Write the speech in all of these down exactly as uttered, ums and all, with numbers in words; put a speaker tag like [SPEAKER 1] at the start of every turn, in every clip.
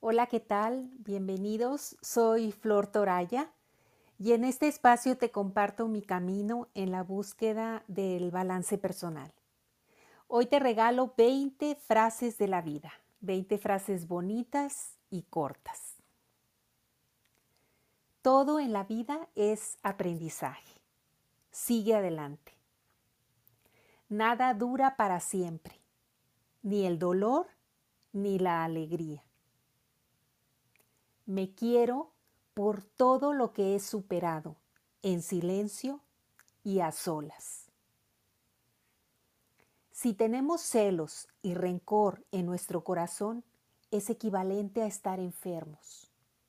[SPEAKER 1] Hola, ¿qué tal? Bienvenidos. Soy Flor Toraya y en este espacio te comparto mi camino en la búsqueda del balance personal. Hoy te regalo veinte frases de la vida, veinte frases bonitas y cortas. Todo en la vida es aprendizaje. Sigue adelante. Nada dura para siempre, ni el dolor ni la alegría. Me quiero por todo lo que he superado, en silencio y a solas. Si tenemos celos y rencor en nuestro corazón, es equivalente a estar enfermos.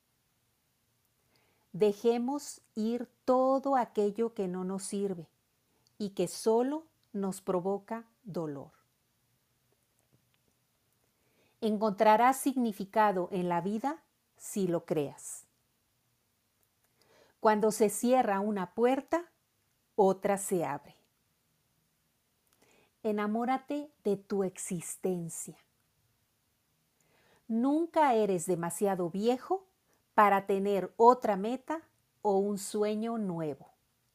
[SPEAKER 1] Dejemos ir todo aquello que no nos sirve y que solo nos provoca dolor. Encontrarás significado en la vida si lo creas. Cuando se cierra una puerta, otra se abre. Enamórate de tu existencia. Nunca eres demasiado viejo para tener otra meta o un sueño nuevo.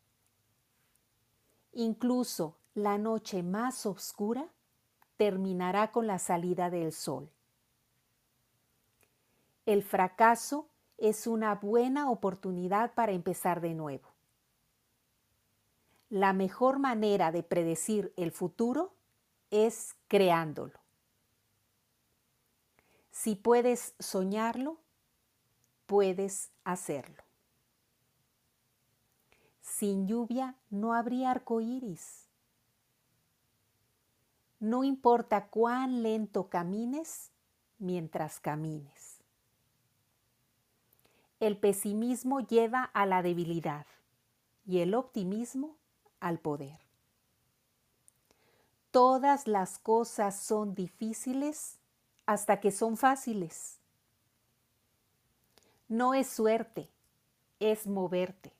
[SPEAKER 1] Incluso la noche más oscura terminará con la salida del sol. El fracaso es una buena oportunidad para empezar de nuevo. La mejor manera de predecir el futuro es creándolo. Si puedes soñarlo, puedes hacerlo. Sin lluvia no habría arco iris. No importa cuán lento camines mientras camines. El pesimismo lleva a la debilidad y el optimismo al poder. Todas las cosas son difíciles hasta que son fáciles. No es suerte, es moverte.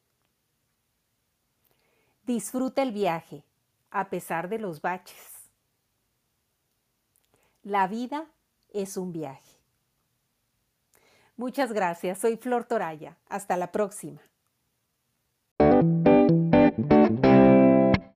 [SPEAKER 1] Disfruta el viaje, a pesar de los baches. La vida es un viaje. Muchas gracias, soy Flor Toraya. Hasta la próxima.